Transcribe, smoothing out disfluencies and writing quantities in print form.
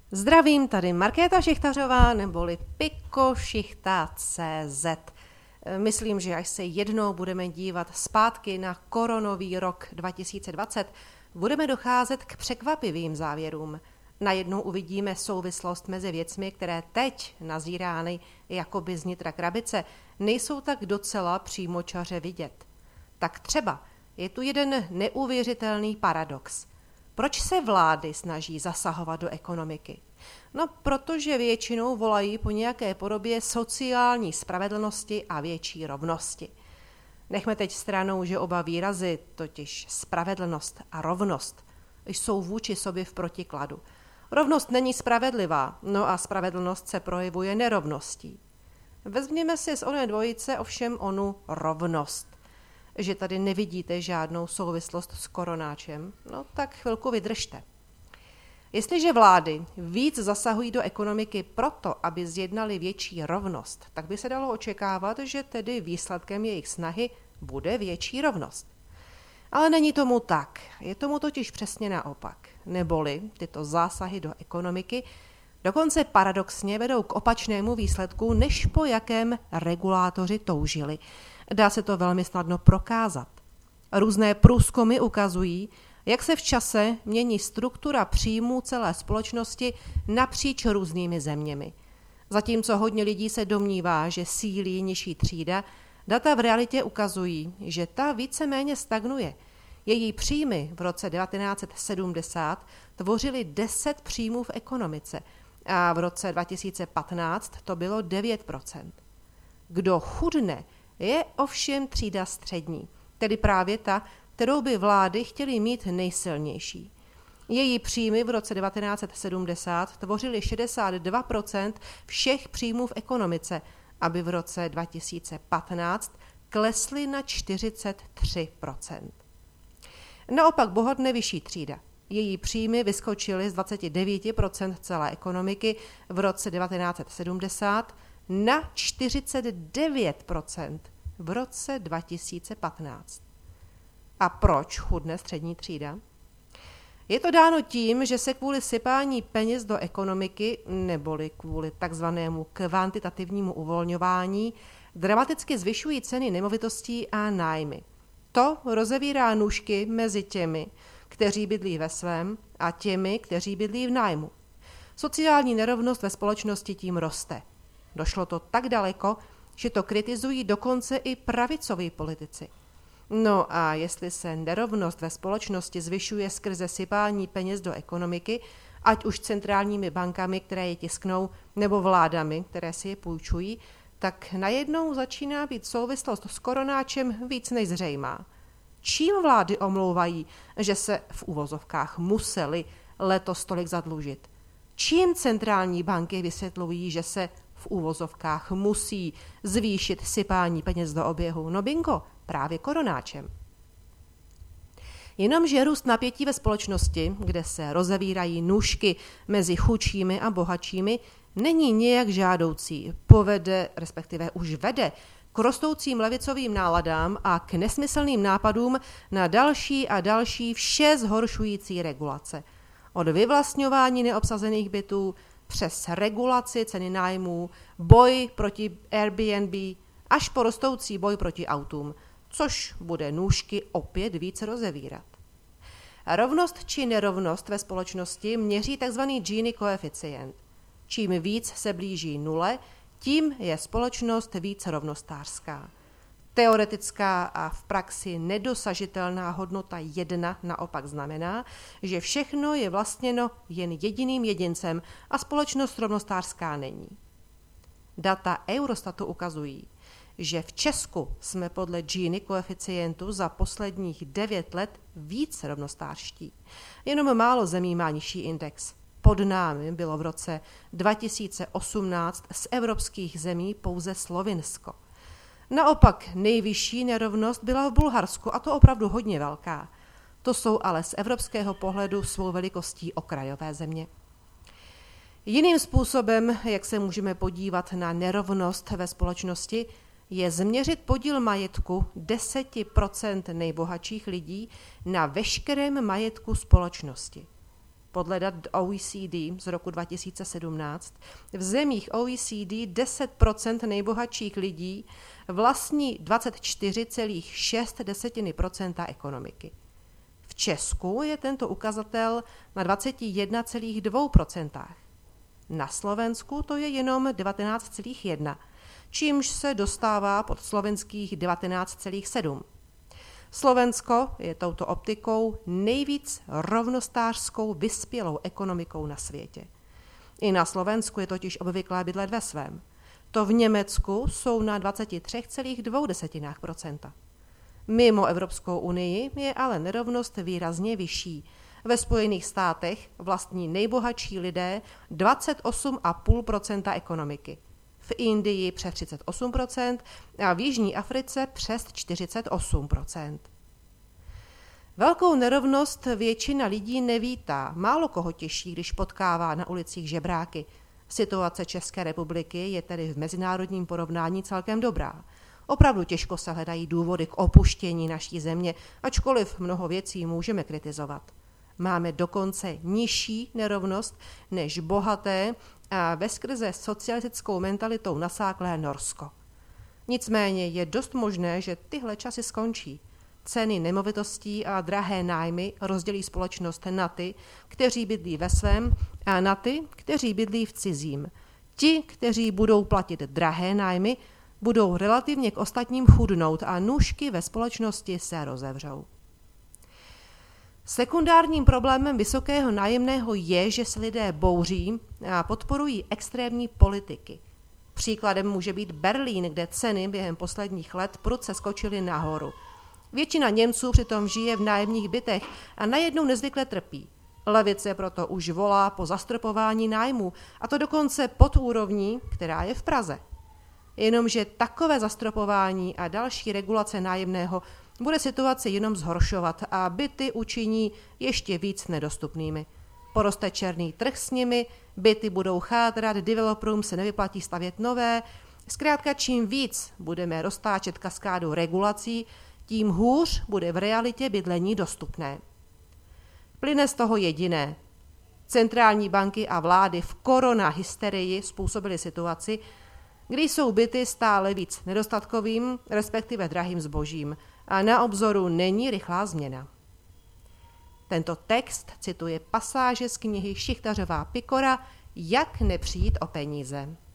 Zdravím, tady Markéta Šichtařová neboli Pikošichta.cz. Myslím, že až se jednou budeme dívat zpátky na koronový rok 2020, budeme docházet k překvapivým závěrům. Najednou uvidíme souvislost mezi věcmi, které teď nazírány jakoby z nitra krabice, nejsou tak docela přímočaře vidět. Tak třeba je tu jeden neuvěřitelný paradox. Proč se vlády snaží zasahovat do ekonomiky? No, protože většinou volají po nějaké podobě sociální spravedlnosti a větší rovnosti. Nechme teď stranou, že oba výrazy, totiž spravedlnost a rovnost, jsou vůči sobě v protikladu. Rovnost není spravedlivá, no a spravedlnost se projevuje nerovností. Vezměme si z oné dvojice ovšem onu rovnost. Že tady nevidíte žádnou souvislost s koronáčem, no tak chvilku vydržte. Jestliže vlády víc zasahují do ekonomiky proto, aby zjednali větší rovnost, tak by se dalo očekávat, že tedy výsledkem jejich snahy bude větší rovnost. Ale není tomu tak, je tomu totiž přesně naopak. Neboli tyto zásahy do ekonomiky dokonce paradoxně vedou k opačnému výsledku, než po jakém regulátoři toužili. Dá se to velmi snadno prokázat. Různé průzkumy ukazují, jak se v čase mění struktura příjmů celé společnosti napříč různými zeměmi. Zatímco hodně lidí se domnívá, že sílí nižší třída, data v realitě ukazují, že ta víceméně stagnuje. Její příjmy v roce 1970 tvořily 10 příjmů v ekonomice a v roce 2015 to bylo 9%. Kdo chudne, je ovšem třída střední, tedy právě ta, kterou by vlády chtěly mít nejsilnější. Její příjmy v roce 1970 tvořily 62% všech příjmů v ekonomice, aby v roce 2015 klesly na 43%. Naopak bohatne vyšší třída. Její příjmy vyskočily z 29% celé ekonomiky v roce 1970 na 49% v roce 2015. A proč chudne střední třída? Je to dáno tím, že se kvůli sypání peněz do ekonomiky, neboli kvůli takzvanému kvantitativnímu uvolňování, dramaticky zvyšují ceny nemovitostí a nájmy. To rozevírá nůžky mezi těmi, kteří bydlí ve svém, a těmi, kteří bydlí v nájmu. Sociální nerovnost ve společnosti tím roste. Došlo to tak daleko, že to kritizují dokonce i pravicoví politici. No a jestli se nerovnost ve společnosti zvyšuje skrze sypání peněz do ekonomiky, ať už centrálními bankami, které je tisknou, nebo vládami, které si je půjčují, tak najednou začíná být souvislost s koronáčem víc než zřejmá. Čím vlády omlouvají, že se v uvozovkách museli letos tolik zadlužit? Čím centrální banky vysvětlují, že se v uvozovkách musí zvýšit sypání peněz do oběhu? No bingo, právě koronáčem. Jenomže růst napětí ve společnosti, kde se rozevírají nůžky mezi chudšími a bohatšími, není nějak žádoucí, povede, respektive už vede, k rostoucím levicovým náladám a k nesmyslným nápadům na další a další vše zhoršující regulace. Od vyvlastňování neobsazených bytů přes regulaci ceny nájmů, boj proti Airbnb, až po rostoucí boj proti autům, což bude nůžky opět více rozevírat. Rovnost či nerovnost ve společnosti měří tzv. Gini koeficient. Čím víc se blíží nule, tím je společnost víc rovnostářská. Teoretická a v praxi nedosažitelná hodnota 1 naopak znamená, že všechno je vlastněno jen jediným jedincem a společnost rovnostářská není. Data Eurostatu ukazují, že v Česku jsme podle Gini koeficientu za posledních 9 let víc rovnostářští. Jenom málo zemí má nižší index. Pod námi bylo v roce 2018 z evropských zemí pouze Slovinsko. Naopak nejvyšší nerovnost byla v Bulharsku, a to opravdu hodně velká. To jsou ale z evropského pohledu svou velikostí okrajové země. Jiným způsobem, jak se můžeme podívat na nerovnost ve společnosti, je změřit podíl majetku 10% nejbohatších lidí na veškerém majetku společnosti. Podle dat OECD z roku 2017 v zemích OECD 10% nejbohatších lidí vlastní 24,6% ekonomiky. V Česku je tento ukazatel na 21,2%. Na Slovensku to je jenom 19,1%, čímž se dostává pod slovenských 19,7%. Slovensko je touto optikou nejvíc rovnostářskou vyspělou ekonomikou na světě. I na Slovensku je totiž obvyklé bydlet ve svém. To v Německu jsou na 23,2%. Mimo Evropskou unii je ale nerovnost výrazně vyšší. Ve Spojených státech vlastní nejbohatší lidé 28,5% ekonomiky. V Indii přes 38% a v Jižní Africe přes 48%. Velkou nerovnost většina lidí nevítá. Málo koho těší, když potkává na ulicích žebráky. Situace České republiky je tedy v mezinárodním porovnání celkem dobrá. Opravdu těžko se hledají důvody k opuštění naší země, ačkoliv mnoho věcí můžeme kritizovat. Máme dokonce nižší nerovnost než bohaté a veskrze socialistickou mentalitou nasáklé Norsko. Nicméně je dost možné, že tyhle časy skončí. Ceny nemovitostí a drahé nájmy rozdělí společnost na ty, kteří bydlí ve svém, a na ty, kteří bydlí v cizím. Ti, kteří budou platit drahé nájmy, budou relativně k ostatním chudnout a nůžky ve společnosti se rozevřou. Sekundárním problémem vysokého nájemného je, že se lidé bouří a podporují extrémní politiky. Příkladem může být Berlín, kde ceny během posledních let prudce skočily nahoru. Většina Němců přitom žije v nájemních bytech a najednou nezvykle trpí. Levice proto už volá po zastropování nájmu, a to dokonce pod úrovní, která je v Praze. Jenomže takové zastropování a další regulace nájemného bude situaci jenom zhoršovat a byty učiní ještě víc nedostupnými. Poroste černý trh s nimi, byty budou chátrat, developerům se nevyplatí stavět nové. Zkrátka čím víc budeme roztáčet kaskádu regulací, tím hůř bude v realitě bydlení dostupné. Plyne z toho jediné. Centrální banky a vlády v koronahysterii způsobily situaci, kdy jsou byty stále víc nedostatkovým, respektive drahým zbožím, a na obzoru není rychlá změna. Tento text cituje pasáže z knihy Šichtařová Pikora Jak nepřijít o peníze.